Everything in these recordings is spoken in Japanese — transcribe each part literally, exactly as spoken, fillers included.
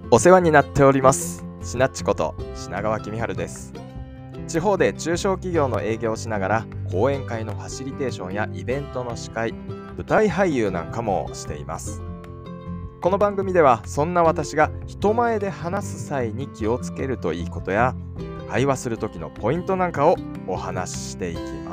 お世話になっております。しなっちこと品川公春です。地方で中小企業の営業をしながら講演会のファシリテーションやイベントの司会、舞台俳優なんかもしています。この番組ではそんな私が人前で話す際に気をつけるといいことや会話する時のポイントなんかをお話ししていきます。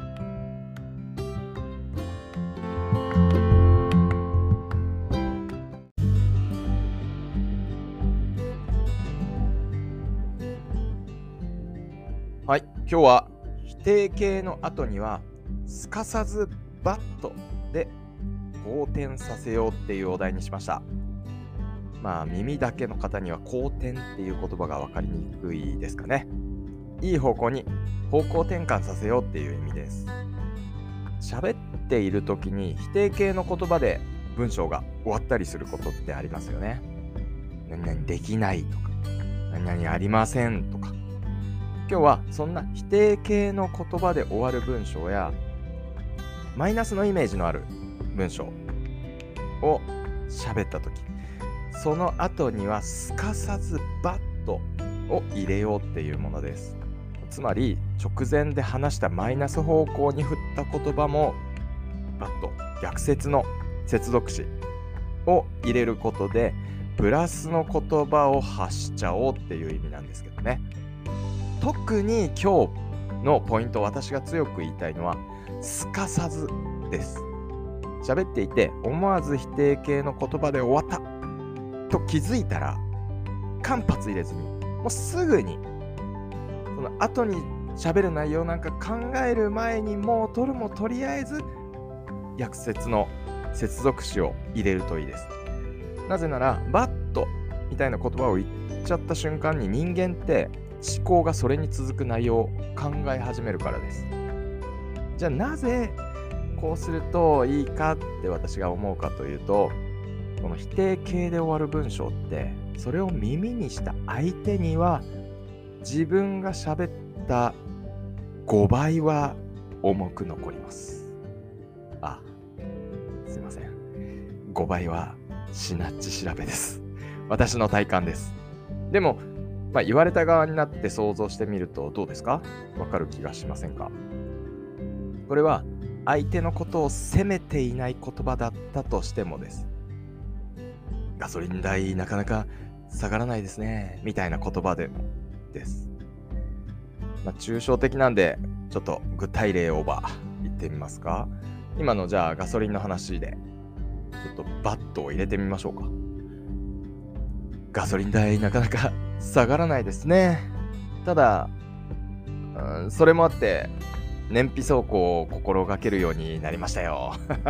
はい、今日は否定形の後にはすかさずバットで好転させようっていうお題にしました。まあ耳だけの方には好転っていう言葉が分かりにくいですかね。いい方向に方向転換させようっていう意味です。喋っている時に否定形の言葉で文章が終わったりすることってありますよね。何々できないとか、何々ありませんとか。今日はそんな否定形の言葉で終わる文章やマイナスのイメージのある文章を喋ったとき、その後にはすかさずバットを入れようっていうものです。つまり直前で話したマイナス方向に振った言葉もバット、逆接の接続詞を入れることでプラスの言葉を発しちゃおうっていう意味なんですけどね。特に今日のポイント、私が強く言いたいのはすかさずです。喋っていて思わず否定形の言葉で終わったと気づいたら間髪入れずにもうすぐにその後に喋る内容なんか考える前にもう取るもとりあえず逆接の接続詞を入れるといいです。なぜならバットみたいな言葉を言っちゃった瞬間に人間って思考がそれに続く内容を考え始めるからです。じゃあなぜこうするといいかって私が思うかというと、この否定形で終わる文章ってそれを耳にした相手には自分が喋ったごばいは重く残ります。あ、すいません。ごばいはしなっち調べです。私の体感です。でもまあ、言われた側になって想像してみるとどうですか？わかる気がしませんか？これは相手のことを責めていない言葉だったとしてもです。ガソリン代なかなか下がらないですねみたいな言葉でもです。まあ、抽象的なんでちょっと具体例オーバー言ってみますか？今のじゃあガソリンの話でちょっとバットを入れてみましょうか。ガソリン代なかなか下がらないですね。ただ、うん、それもあって燃費走行を心がけるようになりましたよ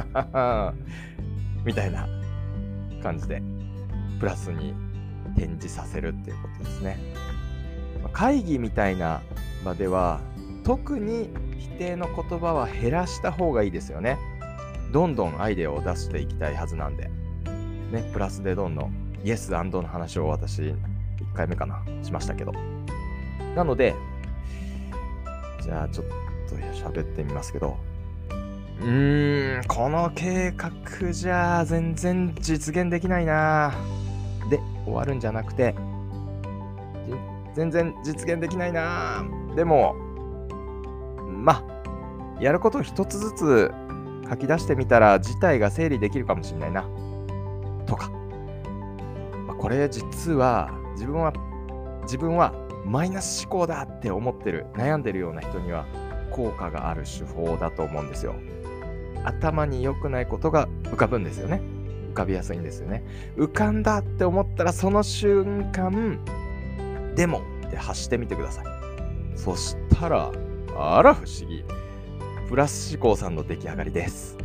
みたいな感じでプラスに転示させるっていうことですね。会議みたいな場では特に否定の言葉は減らした方がいいですよね。どんどんアイデアを出していきたいはずなんでね。プラスでどんどんイエス&の話を私いっかいめかなしましたけど、なのでじゃあちょっと喋ってみますけど、うーんこの計画じゃあ全然実現できないなで終わるんじゃなくて、全然実現できないなでもまあやることを一つずつ書き出してみたら事態が整理できるかもしれないなとか、これ実は自分は自分はマイナス思考だって思ってる悩んでるような人には効果がある手法だと思うんですよ。頭に良くないことが浮かぶんですよね。浮かびやすいんですよね。浮かんだって思ったらその瞬間でもって発してみてください。そしたらあら不思議、プラス思考さんの出来上がりです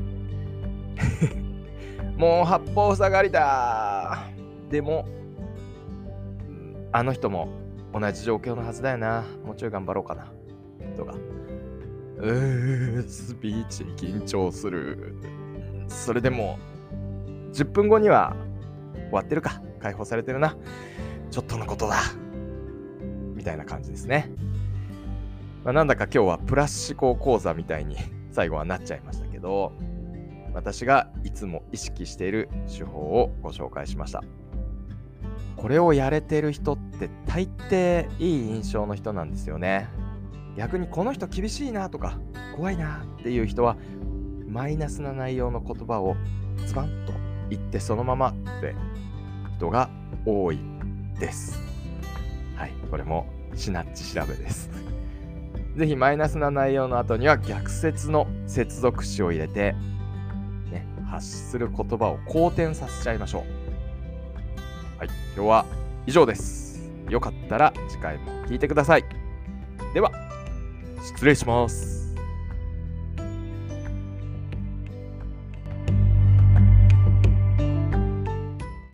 もう八方塞がりだ。でもあの人も同じ状況のはずだよな、もうちょい頑張ろうかなとか、うースピーチ緊張する。それでもじゅっぷんごには終わってるか、解放されてるな、ちょっとのことだみたいな感じですね。まあ、なんだか今日はプラス思考講座みたいに最後はなっちゃいましたけど、私がいつも意識している手法をご紹介しました。 これをやれてる人って大抵いい印象の人なんですよね。逆にこの人厳しいなとか怖いなっていう人はマイナスな内容の言葉をズバンと言ってそのままって人が多いです。はい、これもシナッチ調べです。ぜひマイナスな内容の後には逆接の接続詞を入れて、ね、発する言葉を好転させちゃいましょう。はい、今日は以上です。よかったら次回も聞いてください。では、失礼します。